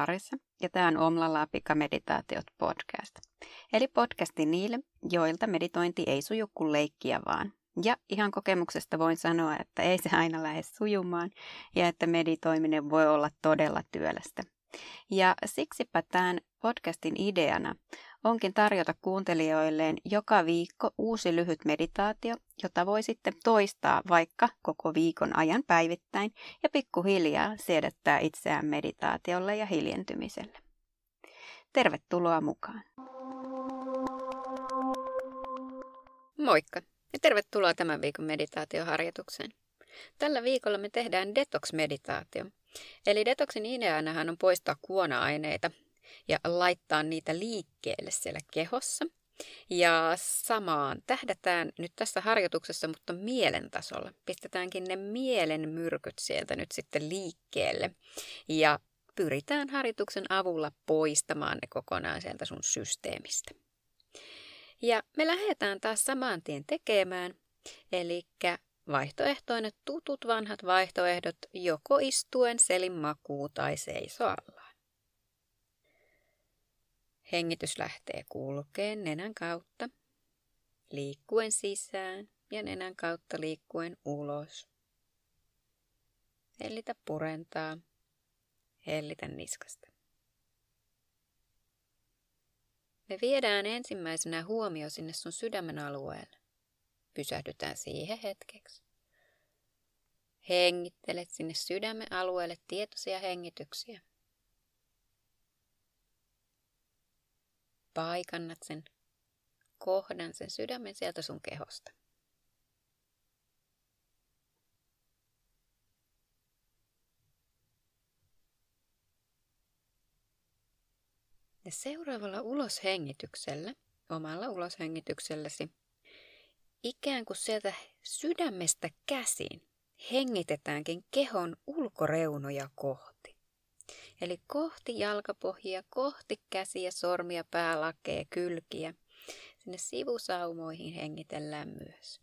Larissa ja tämä on Omlala Pika-meditaatiot podcast. Eli podcasti niille, joilta meditointi ei suju kuin leikkiä vaan. Ja ihan kokemuksesta voin sanoa, että ei se aina lähde sujumaan ja että meditoiminen voi olla todella työlästä. Ja siksipä tämän podcastin ideana onkin tarjota kuuntelijoilleen joka viikko uusi lyhyt meditaatio, jota voi sitten toistaa vaikka koko viikon ajan päivittäin ja pikkuhiljaa siedättää itseään meditaatiolle ja hiljentymiselle. Tervetuloa mukaan! Moikka ja tervetuloa tämän viikon meditaatioharjoitukseen. Tällä viikolla me tehdään detox-meditaatio. Eli detoksin ideanahan on poistaa kuona-aineita ja laittaa niitä liikkeelle siellä kehossa. Ja samaan tähdätään nyt tässä harjoituksessa, mutta mielen tasolla. Pistetäänkin ne mielen myrkyt sieltä nyt sitten liikkeelle. Ja pyritään harjoituksen avulla poistamaan ne kokonaan sieltä sun systeemistä. Ja me lähdetään taas saman tien tekemään. Elikkä vaihtoehtoinen tutut vanhat vaihtoehdot joko istuen, selin makuu tai seisoallaan. Hengitys lähtee kulkeen nenän kautta, liikkuen sisään ja nenän kautta liikkuen ulos. Hellitä purentaa, hellitä niskasta. Me viedään ensimmäisenä huomio sinne sun sydämen alueelle. Pysähdytään siihen hetkeksi. Hengittelet sinne sydämen alueelle tietoisia hengityksiä. Paikannat sen kohdan, sen sydämen sieltä sun kehosta. Ja seuraavalla uloshengityksellä, omalla uloshengitykselläsi, ikään kuin sieltä sydämestä käsin hengitetäänkin kehon ulkoreunoja kohti. Eli kohti jalkapohjia, kohti käsiä, sormia, päälakea, kylkiä. Sinne sivusaumoihin hengitellään myös.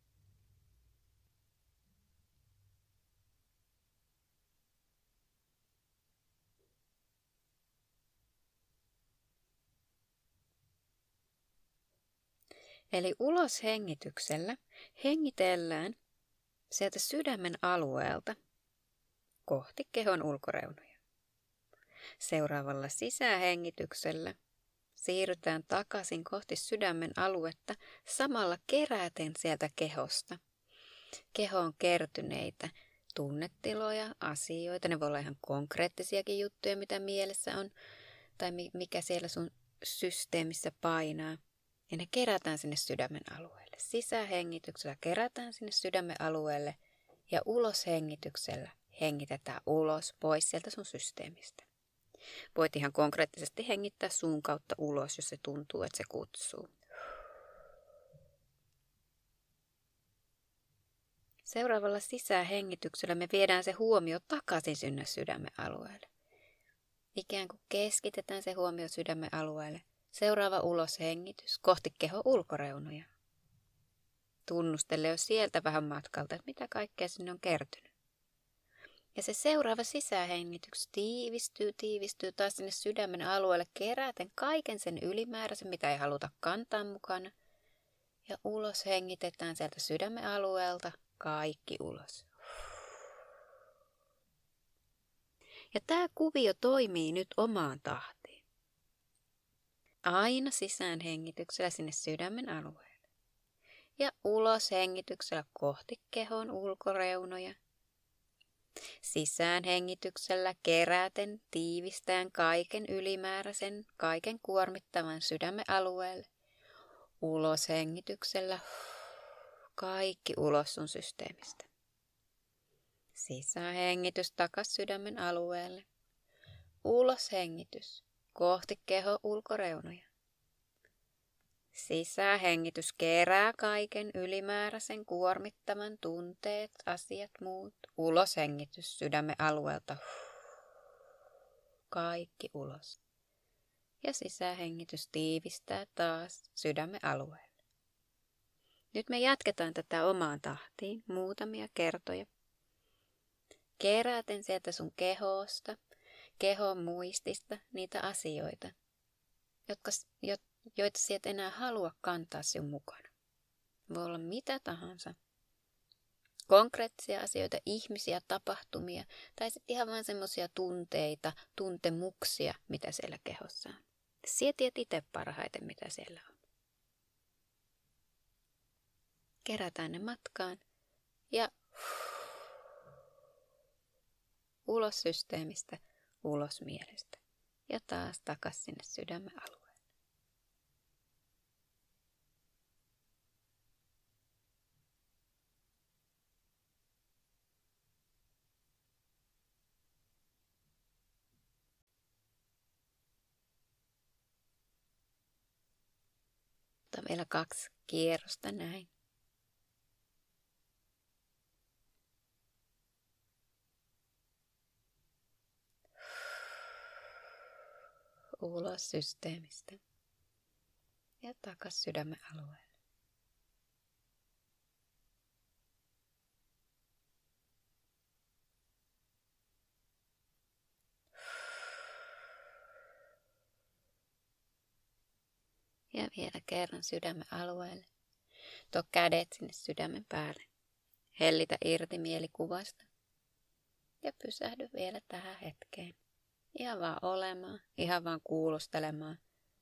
Eli uloshengityksellä hengitellään sieltä sydämen alueelta kohti kehon ulkoreunoja. Seuraavalla sisähengityksellä siirrytään takaisin kohti sydämen aluetta samalla keräten sieltä kehosta. Kehoon kertyneitä tunnetiloja, asioita, ne voi olla ihan konkreettisiakin juttuja, mitä mielessä on tai mikä siellä sun systeemissä painaa. Ja ne kerätään sinne sydämen alueelle. Sisähengityksellä kerätään sinne sydämen alueelle ja uloshengityksellä hengitetään ulos pois sieltä sun systeemistä. Voit ihan konkreettisesti hengittää suun kautta ulos, jos se tuntuu, että se kutsuu. Seuraavalla sisähengityksellä me viedään se huomio takaisin sinne sydämen alueelle. Ikään kuin keskitetään se huomio sydämen alueelle. Seuraava uloshengitys kohti kehon ulkoreunoja. Tunnustele jo sieltä vähän matkalta, että mitä kaikkea sinne on kertynyt. Ja se seuraava sisähengitys tiivistyy taas sinne sydämen alueelle keräten kaiken sen ylimääräisen, mitä ei haluta kantaa mukana. Ja ulos hengitetään sieltä sydämen alueelta kaikki ulos. Ja tämä kuvio toimii nyt omaan tahtiin. Aina sisäänhengityksellä sinne sydämen alueelle. Ja uloshengityksellä kohti kehon ulkoreunoja. Sisäänhengityksellä keräten, tiivistäen kaiken ylimääräisen, kaiken kuormittavan sydämen alueelle. Uloshengityksellä kaikki ulos sun systeemistä. Sisäänhengitys takas sydämen alueelle. Uloshengitys kohti kehon ulkoreunoja. Sisähengitys kerää kaiken ylimääräisen kuormittavan tunteet, asiat, muut. Uloshengitys sydämen alueelta. Kaikki ulos. Ja sisähengitys tiivistää taas sydämen alueelle. Nyt me jatketaan tätä omaan tahtiin muutamia kertoja. Keräten sieltä sun kehosta kehon muistista niitä asioita, joita sä et enää halua kantaa sinun mukana. Voi olla mitä tahansa. Konkreettisia asioita, ihmisiä, tapahtumia tai sitten ihan vain semmoisia tunteita, tuntemuksia, mitä siellä kehossa on. Sä tiedät itse parhaiten, mitä siellä on. Kerätään ne matkaan ja ulos systeemistä, ulos mielestä ja taas takas sinne sydämen alueelle. Otan vielä 2 kierrosta näin. Ulos systeemistä ja takas sydämen alueelle. Ja vielä kerran sydämen alueelle. Tuo kädet sinne sydämen päälle. Hellitä irti mielikuvasta. Ja pysähdy vielä tähän hetkeen. Ihan vaan olemaan, ihan vaan kuulostelemaan